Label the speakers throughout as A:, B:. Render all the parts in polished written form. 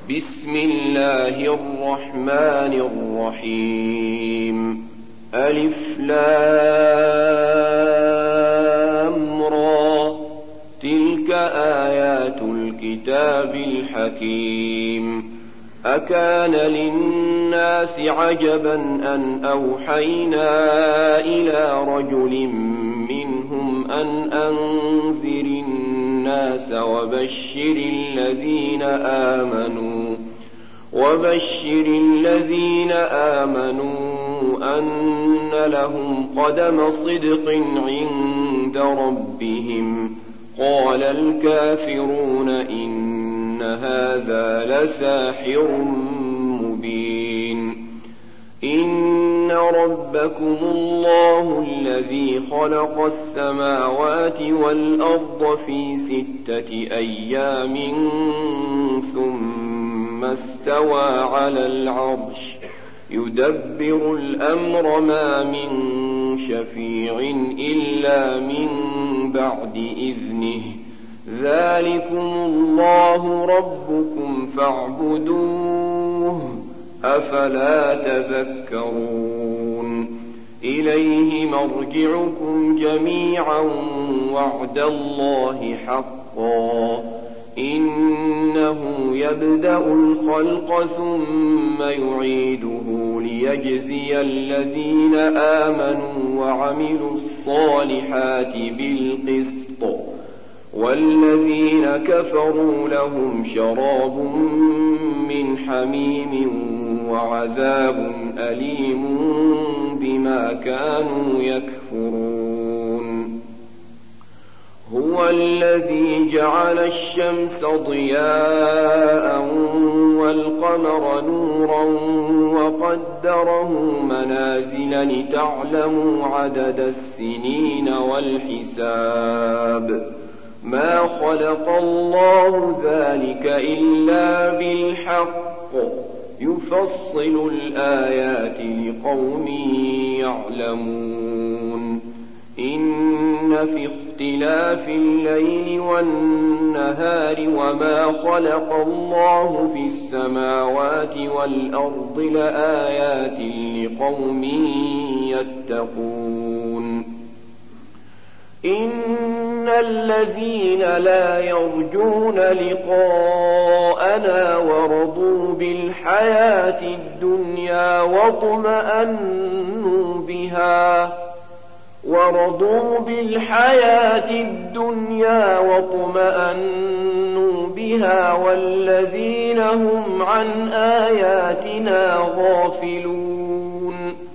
A: بسم الله الرحمن الرحيم. ألف لام را، تلك آيات الكتاب الحكيم. أكان للناس عجبا أن أوحينا إلى رجل منهم أن أنذر الناس وبشر الذين آمنوا أن لهم قدم صدق عند ربهم. قال الكافرون إن هذا لساحر مبين. إن ربكم الله الذي خلق السماوات والأرض في 6 أيام ثم استوى على العرش يدبر الأمر ما من شفيع إلا من بعد إذنه. ذلكم الله ربكم فاعبدوه أفلا تذكرون. إليه مرجعكم جميعا وعد الله حقا. إنه يبدأ الخلق ثم يعيده ليجزي الذين آمنوا وعملوا الصالحات بالقسط، والذين كفروا لهم شراب من حميم وعذاب أليم بما كانوا يكفرون. هو الذي جعل الشمس ضياء والقمر نورا وقدره منازل لتعلموا عدد السنين والحساب. ما خلق الله ذلك إلا بالحق يفصل الآيات لقوم يعلمون. إن في اختلاف الليل والنهار وما خلق الله في السماوات والأرض لآيات لقوم يتقون. إن الذين لا يرجون لقاءنا ورضوا بالحياة الدنيا واطمأنوا بها والذين هم عن آياتنا غافلون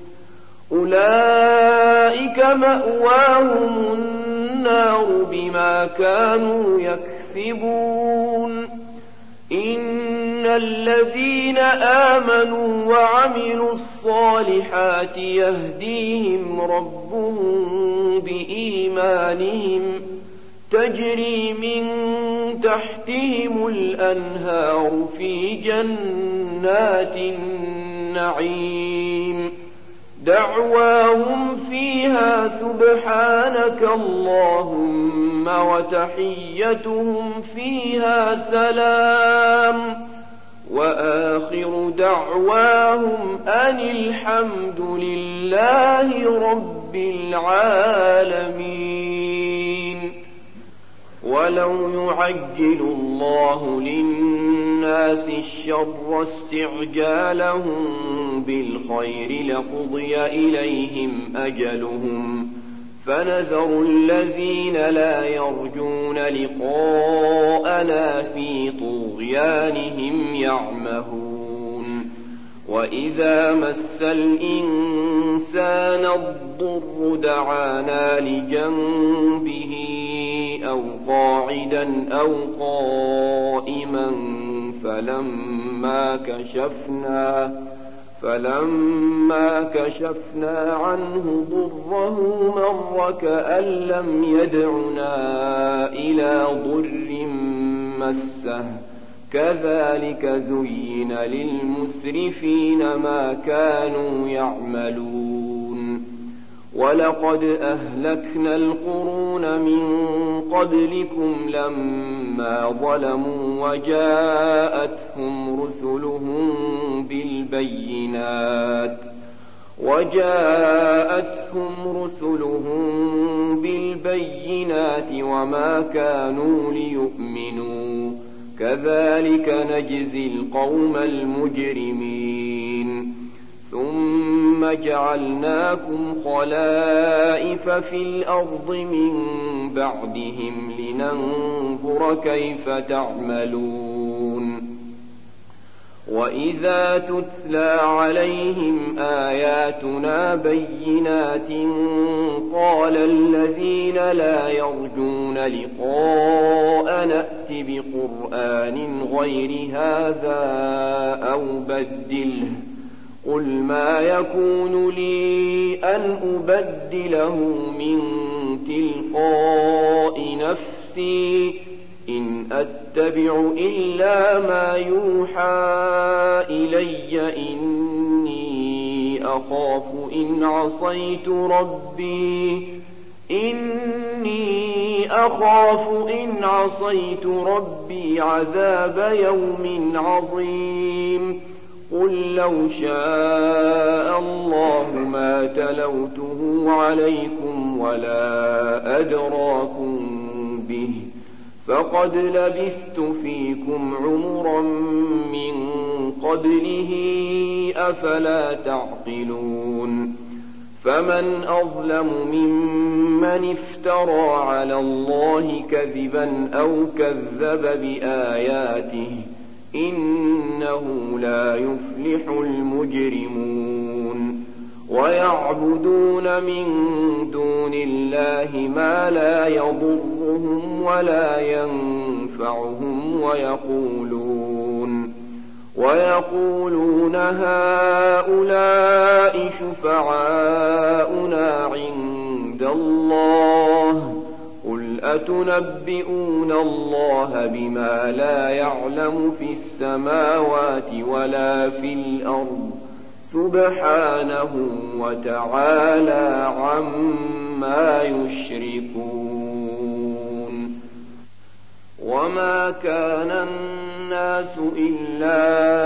A: أولئك مأواهم النار بما كانوا يكسبون. إن الذين آمنوا وعملوا الصالحات يهديهم ربهم بإيمانهم تجري من تحتهم الأنهار في جنات النعيم. دعواهم فيها سبحانك اللهم وتحيتهم فيها سلام وآخر دعواهم أن الحمد لله رب العالمين. ولو يعجل الله للناس الشر استعجالهم بالخير لقضي إليهم أجلهم فنذر الذين لا يرجون لقاءنا في طغيانهم يعمهون. وإذا مس الإنسان الضر دعانا لجنبه أو قاعدا أو قائما فلما كشفنا عنه ضره مر كأن لم يدعنا إلى ضر مسه. كذلك زين للمسرفين ما كانوا يعملون. ولقد أهلكنا القرون من قبلكم لما ظلموا وجاءتهم رسلهم بالبينات وما كانوا ليؤمنوا كذلك نجزي القوم المجرمين ثم جعلناكم خلائف في الأرض من بعدهم لننظر كيف تعملون وإذا تتلى عليهم آياتنا بينات قال الذين لا يرجون لقاء نأت بقرآن غير هذا أو بدله قل ما يكون لي أن أبدله من تلقاء نفسي إن أتبع إلا ما يوحى إلي إني أخاف إن عصيت ربي عذاب يوم عظيم قل لو شاء الله ما تلوته عليكم ولا أدراكم به فقد لبثت فيكم عمرا من قبله أفلا تعقلون فمن أظلم ممن افترى على الله كذبا أو كذب بآياته إنه لا يفلح المجرمون ويعبدون من دون الله ما لا يضرهم ولا ينفعهم ويقولون هؤلاء شفعاؤنا عند الله قل أتنبئون الله بما لا يعلم في السماوات ولا في الأرض سبحانه وتعالى عما يشركون وما كان الناس إلا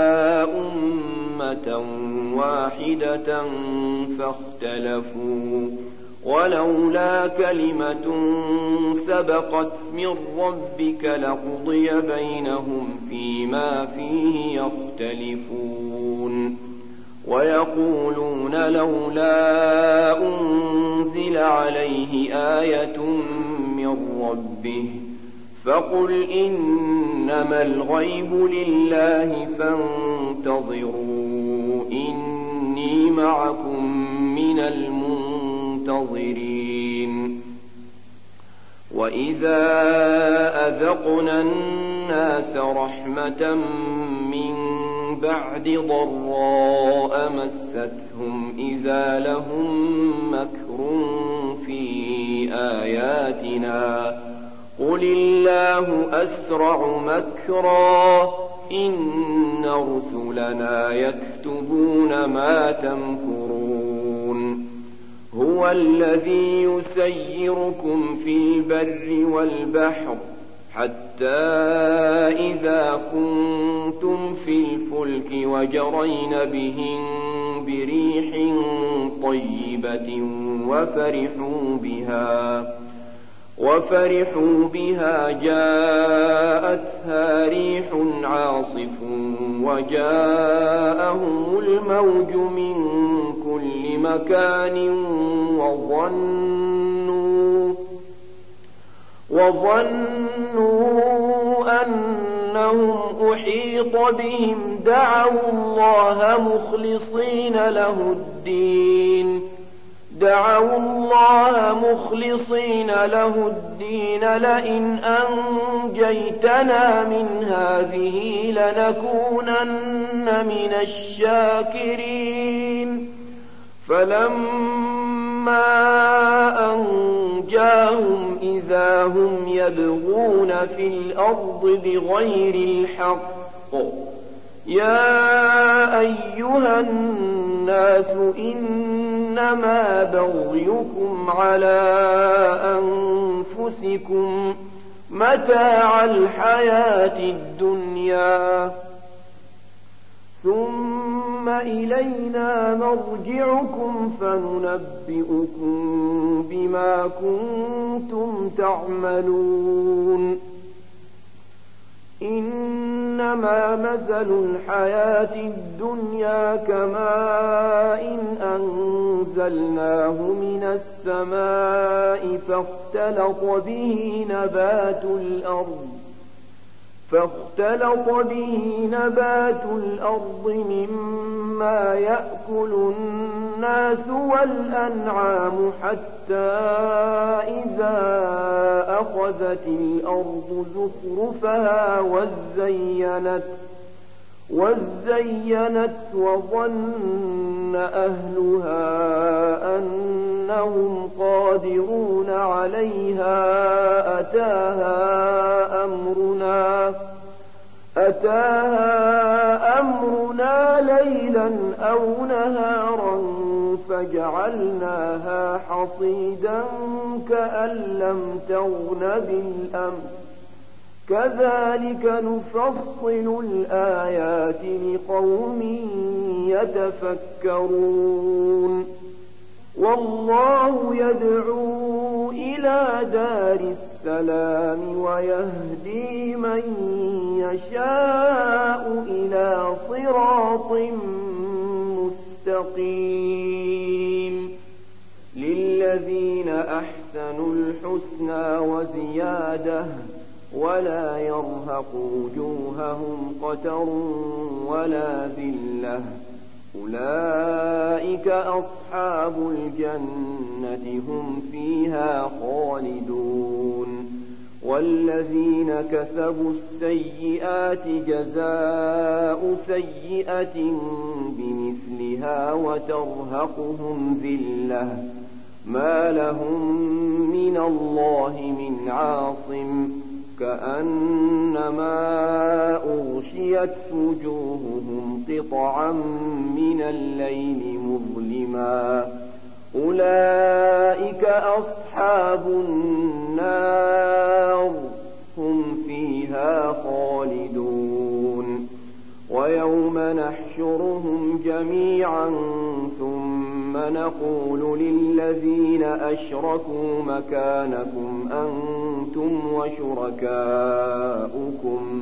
A: أمة واحدة فاختلفوا ولولا كلمة سبقت من ربك لقضي بينهم فيما فيه يختلفون ويقولون لولا أنزل عليه آية من ربه فقل إنما الغيب لله فانتظروا إني معكم من المنتظرين وإذا أذقنا الناس رحمة من بعد ضراء مستهم إذا لهم مكر في آياتنا قل الله أسرع مكرا إن رسلنا يكتبون ما تمكرون هو الذي يسيركم في البر والبحر حتى إذا كنتم في الفلك وجرين بهم بريح طيبة وفرحوا بها جاءتها ريح عاصف وجاءهم الموج من كل مكان وظنوا أنهم أحيط بهم دعوا الله مخلصين له الدين لئن أنجيتنا من هذه لنكونن من الشاكرين فلما أنجاهم إذا هم يبغون في الأرض بغير الحق يا أيها الناس إنما بغيكم على أنفسكم متاع الحياة الدنيا ثم إلينا مرجعكم فننبئكم بما كنتم تعملون إنما مثل الحياة الدنيا كماء أنزلناه من السماء فاختلط به نبات الأرض مما يأكل الناس والأنعام حتى إذا أخذت الأرض زخرفها وزينت وظن أهلها أنهم قادرون عليها أتاها أمرنا ليلا أو نهارا فجعلناها حصيدا كأن لم تغن بالأمس كذلك نفصل الآيات لقوم يتفكرون والله يدعو إلى دار السلام ويهدي من يشاء إلى صراط مستقيم للذين أحسنوا الحسنى وزيادة ولا يرهق وجوههم قتر ولا ذلة أولئك أصحاب الجنة هم فيها خالدون والذين كسبوا السيئات جزاء سيئة بمثلها وترهقهم ذلة ما لهم من الله من عاصم كأنما أغشيت وجوههم قطعا من الليل مظلما أولئك أصحاب النار هم فيها خالدون ويوم نحشرهم جميعا ثم نقول للذين أشركوا مكانكم أنتم وشركاؤكم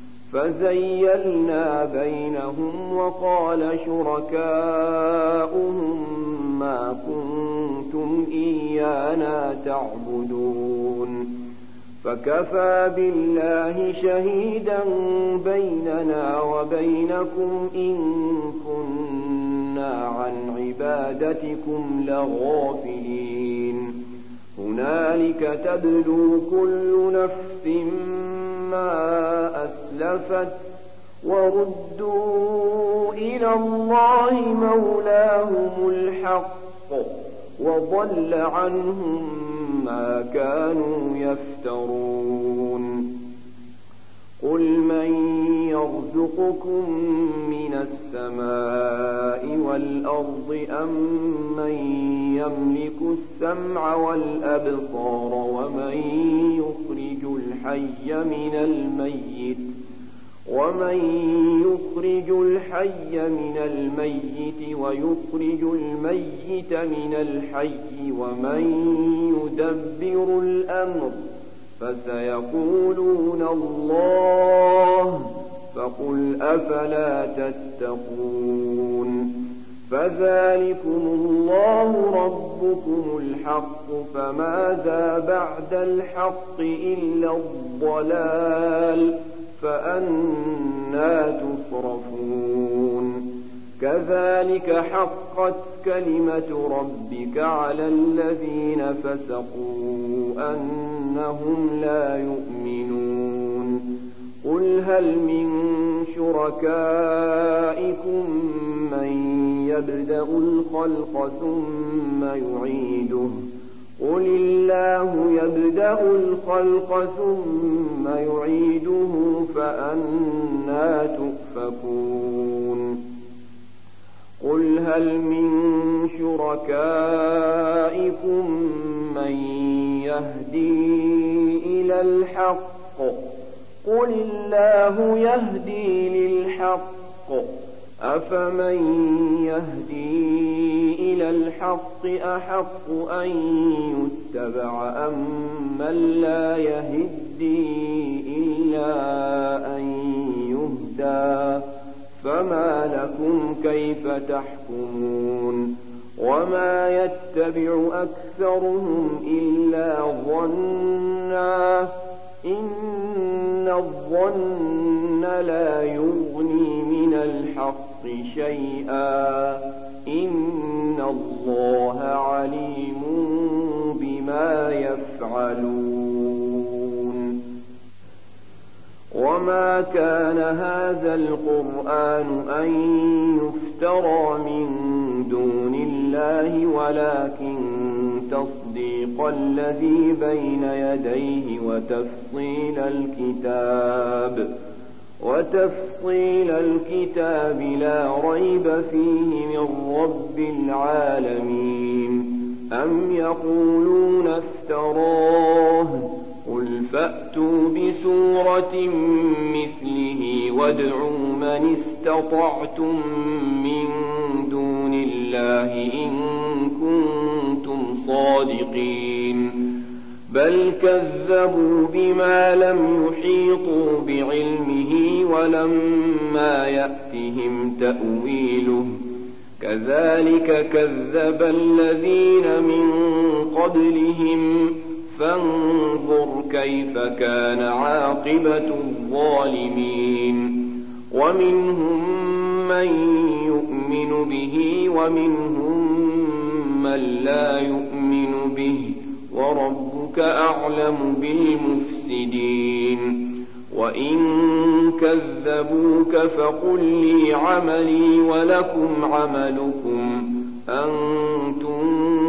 A: فزيلنا بينهم وقال شركاؤهم ما كنتم إيانا تعبدون فكفى بالله شهيدا بيننا وبينكم إن كنا عن عبادتكم لغافلين هنالك تبلو كل نفس ما أسلفت وردوا إلى الله مولاهم الحق وضل عنهم ما كانوا يفترون قل من يرزقكم من السماء والأرض أم من يملك السمع والأبصار ومن يخرج الحي من الميت ويخرج الميت من الحي ومن يدبر الأمر فسيقولون الله فقل أفلا تتقون فذلكم الله ربكم الحق فماذا بعد الحق إلا الضلال فأنى تصرفون كذلك حقت كلمة ربك على الذين فسقوا أنهم لا يؤمنون قل هل من شركائكم من يبدأ الخلق ثم يعيده قل الله يبدأ الخلق ثم يعيده فأنى تؤفكون قل هل من شركائكم من يهدي إلى الحق قل الله يهدي للحق أفمن يهدي إلى الحق أحق أن يتبع أم من لا يهدي إلا أن يهدى فما لكم كيف تحكمون وما يتبع أكثرهم إلا ظنا إن الظن لا يغني من الحق شيئا إن الله عليم بما يفعلون وما كان هذا القرآن أن يفترى من دون الله ولكن تصديق الذي بين يديه وتفصيل الكتاب لا ريب فيه من رب العالمين أم يقولون افتراه قل فأتوا بسورة مثله وادعوا من استطعتم من دون الله إن كنتم صادقين بل كذبوا بما لم يحيطوا بعلمه ولما يأتهم تأويله كذلك كذب الذين من قبلهم فانظر كيف كان عاقبة الظالمين ومنهم من يؤمن به ومنهم من لا يؤمن به وربك أعلم بالمفسدين وإن كذبوك فقل لي عملي ولكم عملكم أنتم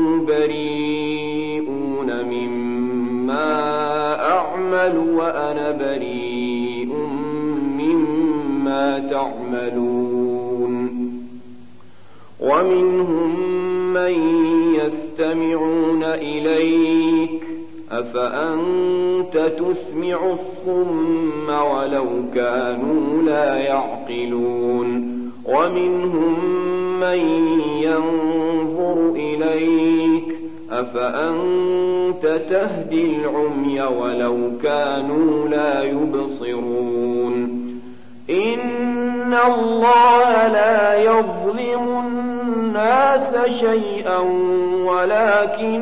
A: بريئون مما أعمل وأنا بريء مما تعملون ومنهم من يستمعون إليك أفأنت تسمع الصم ولو كانوا لا يعقلون ومنهم من ينظر إليك أفأنت تهدي العمي ولو كانوا لا يبصرون إن الله لا يظلم الناس شيئا ولكن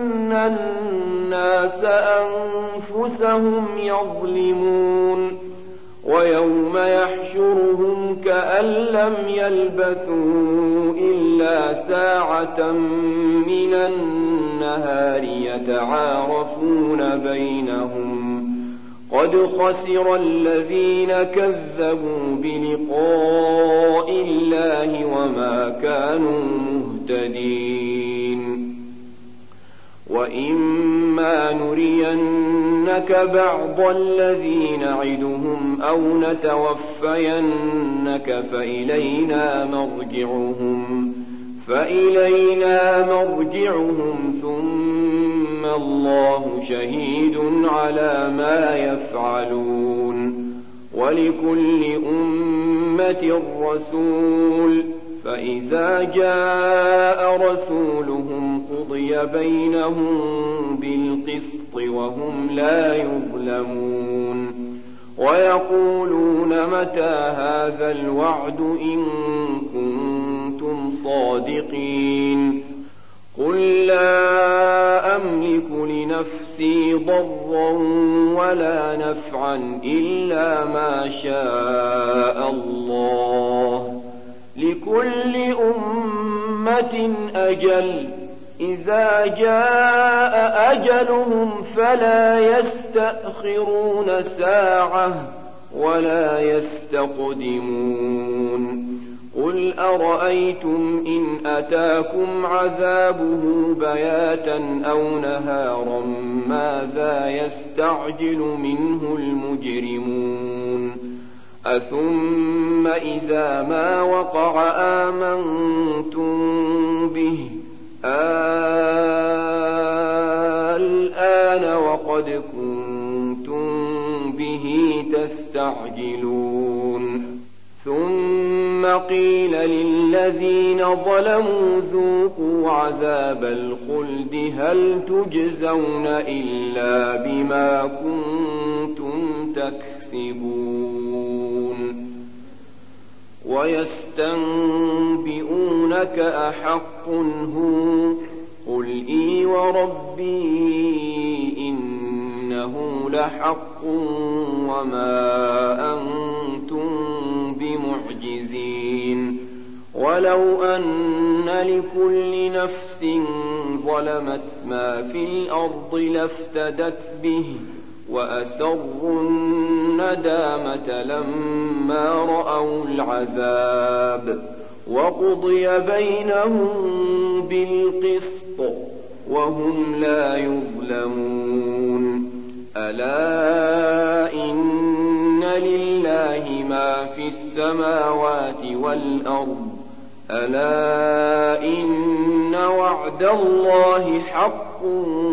A: الناس أنفسهم يظلمون ويوم يحشرهم كأن لم يلبثوا إلا ساعة من النهار يتعارفون بينهم قد خسر الذين كذبوا بلقاء الله وما كانوا مهتدين وإما نرينك بعض الذين نعدهم أو نتوفينك فإلينا مرجعهم ثم الله شهيد على ما يفعلون ولكل أمة رسول فإذا جاء رسولهم قضي بينهم بالقسط وهم لا يظلمون ويقولون متى هذا الوعد إن كنتم صادقين قل لا أملك لنفسي ضرا ولا نفعا إلا ما شاء الله لكل أمة أجل إذا جاء أجلهم فلا يستأخرون ساعة ولا يستقدمون قل أرأيتم إن أتاكم عذابه بياتا أو نهارا ماذا يستعجل منه المجرمون أثم إذا ما وقع آمنتم به الآن وقد كنتم به تستعجلون ثم ثم قيل للذين ظلموا ذوقوا عذاب الخلد هل تجزون إلا بما كنتم تكسبون ويستنبئونك أحق هو قل إي وربي إنه لحق وما أنتم بمعجزين ولو أن لكل نفس ظلمت ما في الأرض لافتدت به وأسروا الندامة لما رأوا العذاب وقضي بينهم بالقسط وهم لا يظلمون ألا إن لله ما في السماوات والأرض ألا إن وعد الله حق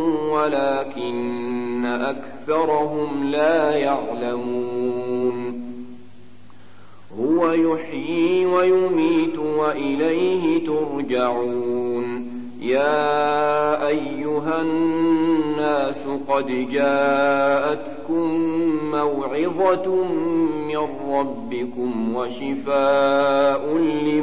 A: ولكن أكثرهم لا يعلمون هو يحيي ويميت وإليه ترجعون يا أيها الناس قد جاءتكم موعظة من ربكم وشفاء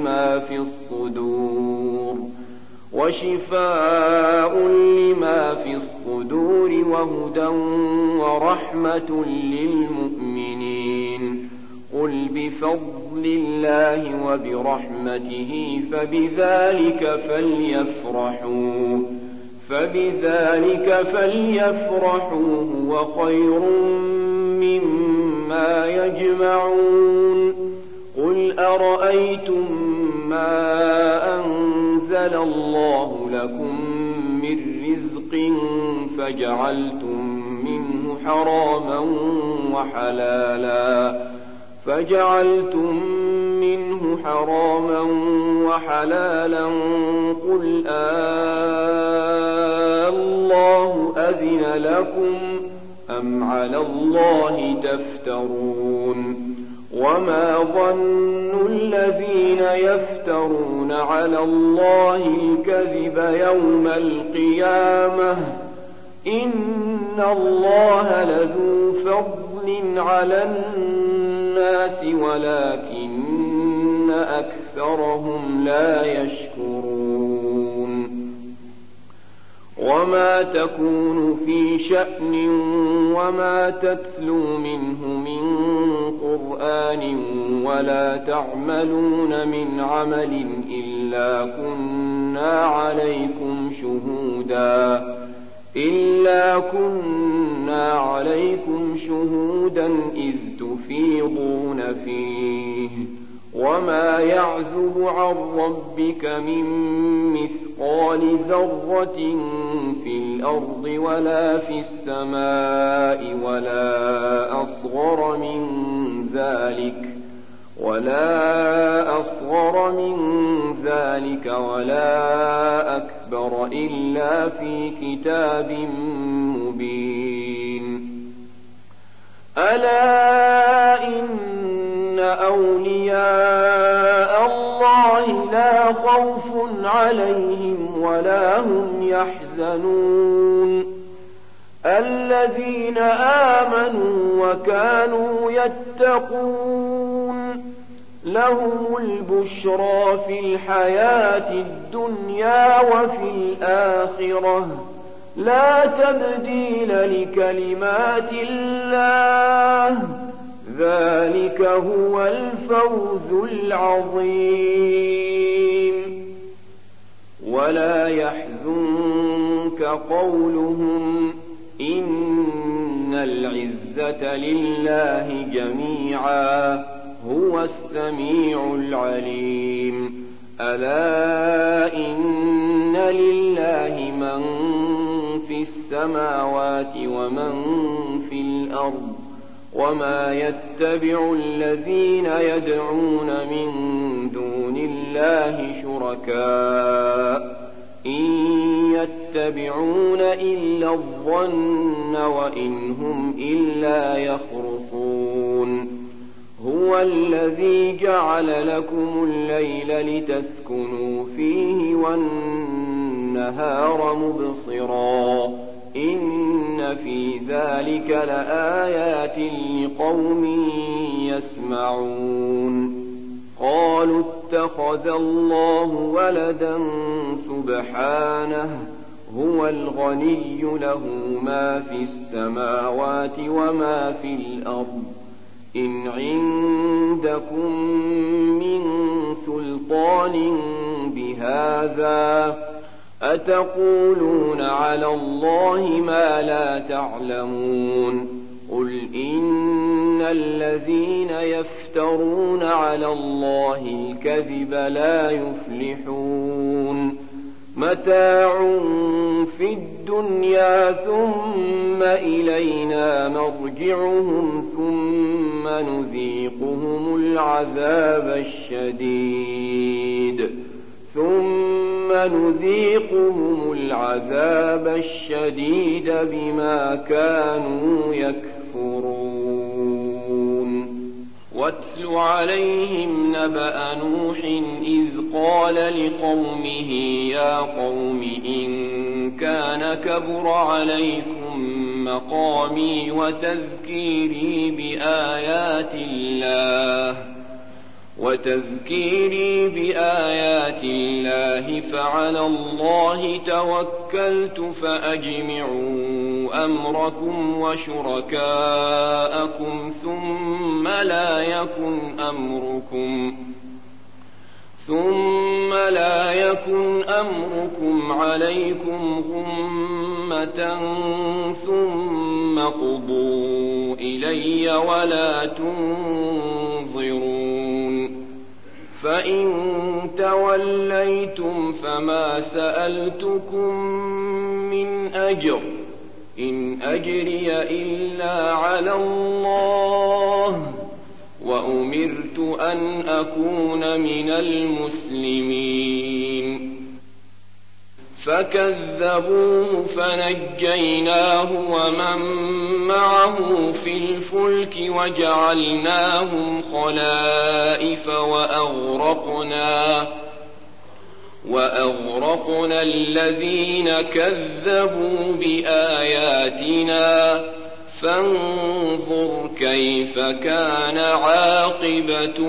A: لما في الصدور وهدى ورحمة للمؤمنين قل بفضل الله وبرحمته فبذلك فليفرحوا هو خير مما يجمعون قل أرأيتم ما أنزل الله لكم من رزق فجعلتم منه حراما وحلالا قل الله أذن لكم أم على الله تفترون وما ظن الذين يفترون على الله الكذب يوم القيامة إن الله لذو فضل على الناس ولكن أكثرهم لا يشكرون وما تكون في شأن وما تتلو منه من قرآن ولا تعملون من عمل إلا كنا عليكم شهودا إذ تفيضون فيه وما يعزب عن ربك من مثقال ذرة في الأرض ولا في السماء ولا أصغر من ذلك ولا أكبر إلا في كتاب مبين ألا إن أولياء الله لا خوف عليهم ولا هم يحزنون الذين آمنوا وكانوا يتقون لهم البشرى في الحياة الدنيا وفي الآخرة لا تبديل لكلمات الله ذلك هو الفوز العظيم ولا يحزنك قولهم إن العزة لله جميعا هو السميع العليم ألا إن لله من في السماوات ومن في الأرض وما يتبع الذين يدعون من دون الله شركاء إن يتبعون إلا الظن وإن هم إلا يخرصون هو الذي جعل لكم الليل لتسكنوا فيه والنهار مبصرا إن في ذلك لآيات لقوم يسمعون قالوا اتخذ الله ولدا سبحانه هو الغني له ما في السماوات وما في الأرض إن عندكم من سلطان بهذا أتقولون على الله ما لا تعلمون قل إن الذين يفترون على الله الكذب لا يفلحون متاع في الدنيا ثم إلينا مرجعهم ثم نذيقهم العذاب الشديد بما كانوا يكفرون واتل عليهم نبأ نوح إذ قال لقومه يا قوم إن كان كبر عليكم مقامي وتذكيري بآيات الله فعلى الله توكلت فأجمعوا أمركم وشركاءكم ثم لا يكن أمركم عليكم غمة ثم قضوا إلي ولا تنظرون فإن توليتم فما سألتكم من أجر إن أجري إلا على الله وأمرت أن أكون من المسلمين فكذبوه فنجيناه ومن معه في الفلك وجعلناهم خلائف وأغرقنا الذين كذبوا بآياتنا فانظر كيف كان عاقبة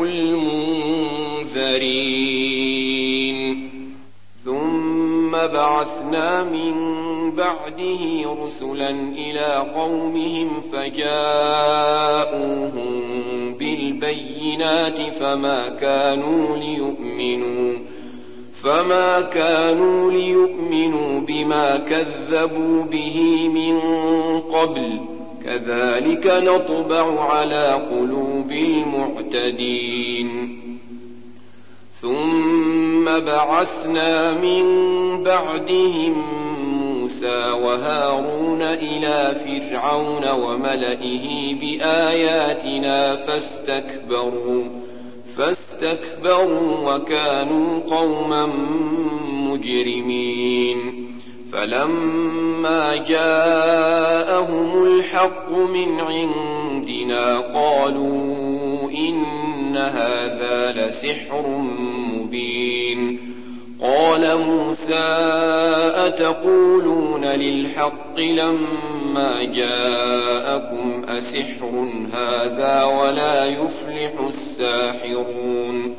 A: المنذرين ثم بعثنا من بعده رسلا إلى قومهم فجاءوهم بالبينات فما كانوا ليؤمنوا بما كذبوا به من قبل كذلك نطبع على قلوب المعتدين ثم بعثنا من بعدهم موسى وهارون إلى فرعون وملئه بآياتنا فاستكبروا وكانوا قوما مجرمين فلما جاءهم الحق من عندنا قالوا إن هذا لسحر مبين قال موسى أتقولون للحق لما جاءكم أسحر هذا ولا يفلح الساحرون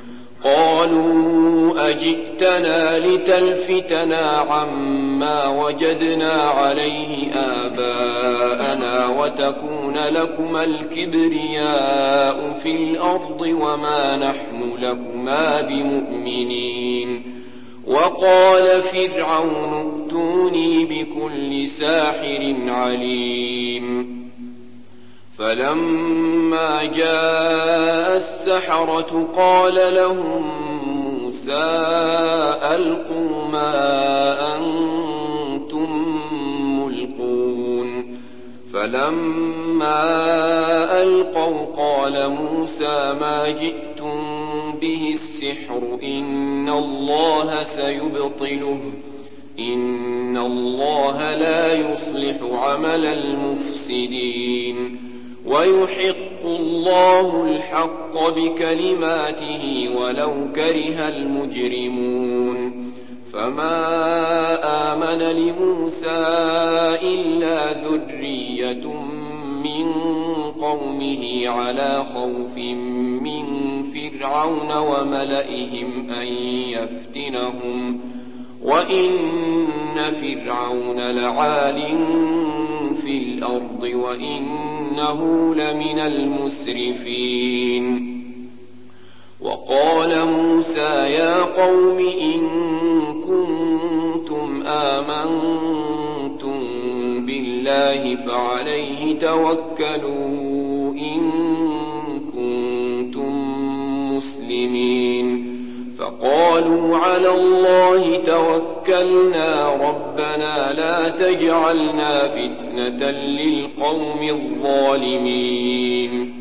A: قالوا أجئتنا لتلفتنا عما وجدنا عليه آباءنا وتكون لكما الكبرياء في الأرض وما نحن لكما بمؤمنين وقال فرعون ائتوني بكل ساحر عليم فلما جاء السحرة قال لهم موسى ألقوا ما أنتم ملقون فلما ألقوا قال موسى ما جئتم به السحر إن الله سيبطله إن الله لا يصلح عمل المفسدين ويحق الله الحق بكلماته ولو كره المجرمون فما آمن لموسى إلا ذرية من قومه على خوف من فرعون وملئهم أن يفتنهم وإن فرعون لعال في الأرض وإنه لمن المسرفين وقال موسى يا قوم إن كنتم آمنتم بالله فعليه توكلوا إن كنتم مسلمين فقالوا على الله توكلنا ربنا لا تجعلنا فتنة للقوم الظالمين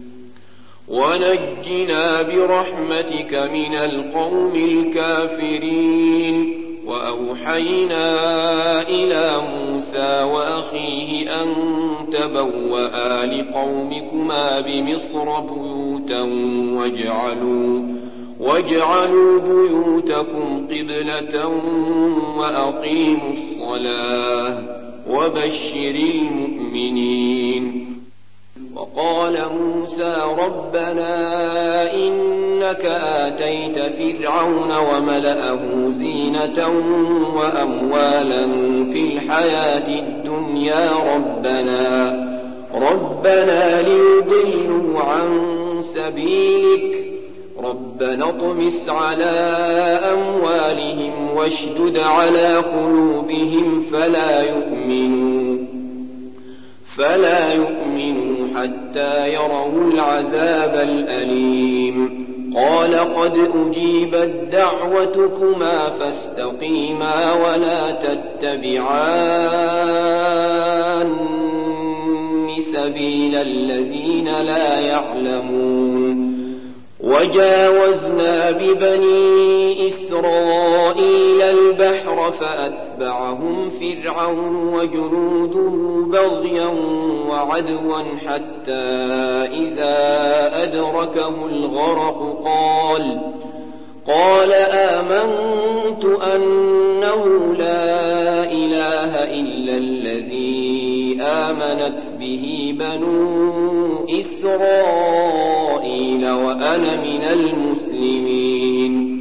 A: ونجنا برحمتك من القوم الكافرين وأوحينا إلى موسى وأخيه أن تبوأ لقومكما بمصر بيوتا واجعلوا بيوتكم قبلة وأقيموا الصلاة وبشر المؤمنين وقال موسى ربنا إنك آتيت فرعون وملأه زينة وأموالا في الحياة الدنيا ربنا ليضلوا عن سبيلك ربنا اطمس على أموالهم واشدد على قلوبهم فلا يؤمنوا حتى يروا العذاب الأليم قال قد أجيبت دعوتكما فاستقيما ولا تتبعان سبيل الذين لا يعلمون وجاوزنا ببني إسرائيل البحر فأتبعهم فرعون وجنوده بغيا وعدوا حتى إذا أدركه الغرق قال آمنت أنه لا إله إلا الذي آمنت به بنو إسرائيل وأنا من المسلمين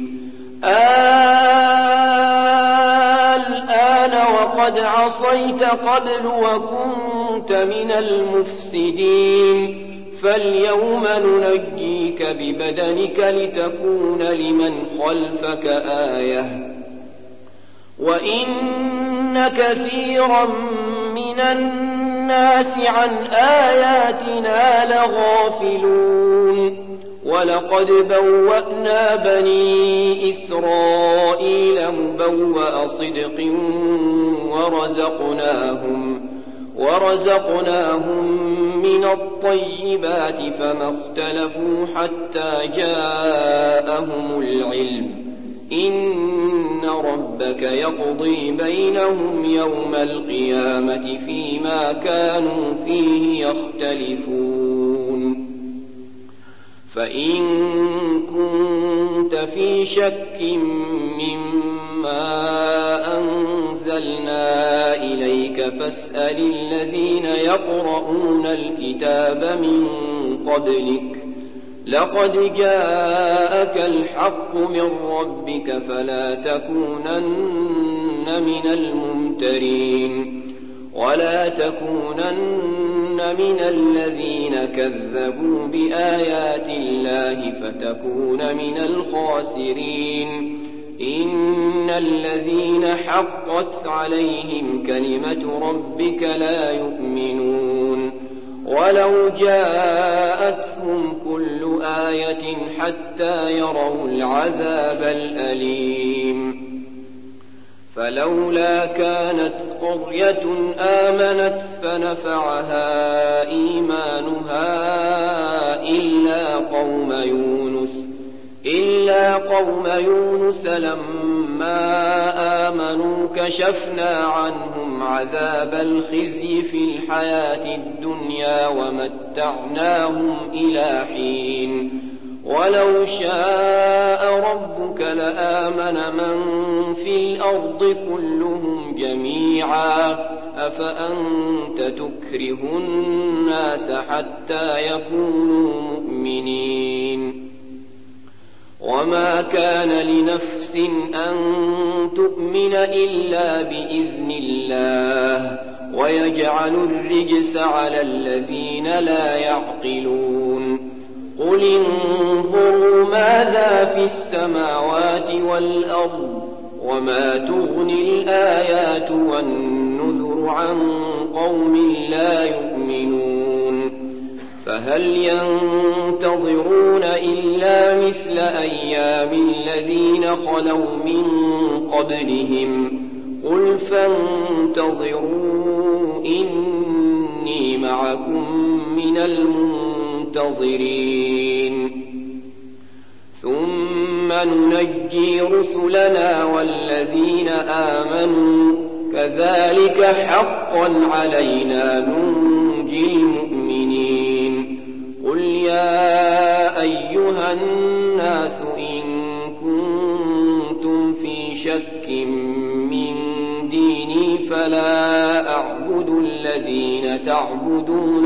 A: الآن وقد عصيت قبل وكنت من المفسدين فاليوم ننجيك ببدنك لتكون لمن خلفك آية وإن كثيرا من الناس عن آياتنا لغافلون ولقد بوأنا بني إسرائيل مبوأ صدق ورزقناهم من الطيبات فما اختلفوا حتى جاءهم العلم إن ربك يقضي بينهم يوم القيامة فيما كانوا فيه يختلفون فإن كنت في شك مما أنزلنا إليك فاسأل الذين يقرؤون الكتاب من قبلك لقد جاءك الحق من ربك فلا تكونن من الممترين ولا تكونن من الذين كذبوا بآيات الله فتكون من الخاسرين إن الذين حقت عليهم كلمة ربك لا يؤمنون ولو جاءتهم كل آية حتى يروا العذاب الأليم فلولا كانت قرية آمنت فنفعها إيمانها إلا قوم يونس لما فلما آمنوا كشفنا عنهم عذاب الخزي في الحياة الدنيا ومتعناهم إلى حين ولو شاء ربك لآمن من في الأرض كلهم جميعا أفأنت تكره الناس حتى يكونوا مؤمنين وما كان لنفس أن تؤمن إلا بإذن الله ويجعل الرجس على الذين لا يعقلون قل انظروا ماذا في السماوات والأرض وما تغني الآيات والنذر عن قوم لا يؤمنون فهل ينتظرون إلا مثل أيام الذين خلوا من قبلهم قل فانتظروا إني معكم من المنتظرين ثم ننجي رسلنا والذين آمنوا كذلك حقا علينا ننجي المؤمنين قل يا أيها الناس إن كنتم في شك من ديني فلا أعبد الذين تعبدون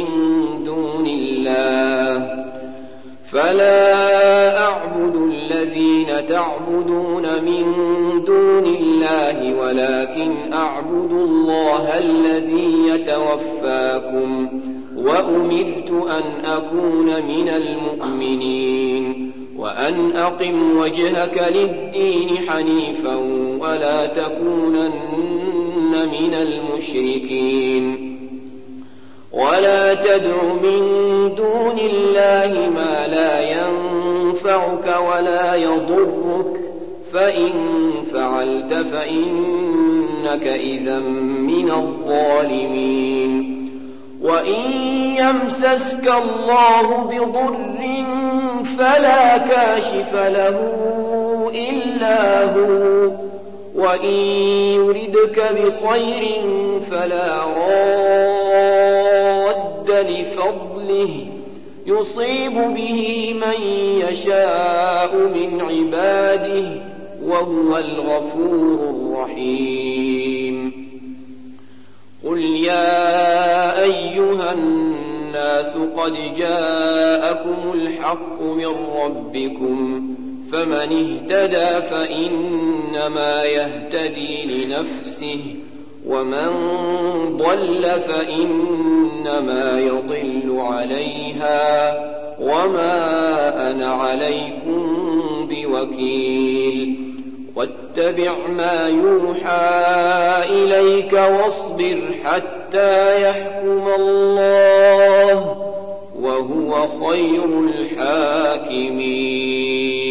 A: من دون الله ولكن أعبد الله الذي يتوفاكم وأمرت أن أكون من المؤمنين وأن أقم وجهك للدين حنيفا ولا تكونن من المشركين ولا تدع من دون الله ما لا ينفعك ولا يضرك فإن فعلت فإنك إذا من الظالمين وإن يمسسك الله بضر فلا كاشف له إلا هو وإن يردك بخير فلا راد لفضله يصيب به من يشاء من عباده وهو الغفور الرحيم قل يا أيها الناس قد جاءكم الحق من ربكم فمن اهتدى فإنما يهتدي لنفسه ومن ضل فإنما يضل عليها وما أنا عليكم بوكيل واتبع ما يوحى إليك واصبر حتى يحكم الله وهو خير الحاكمين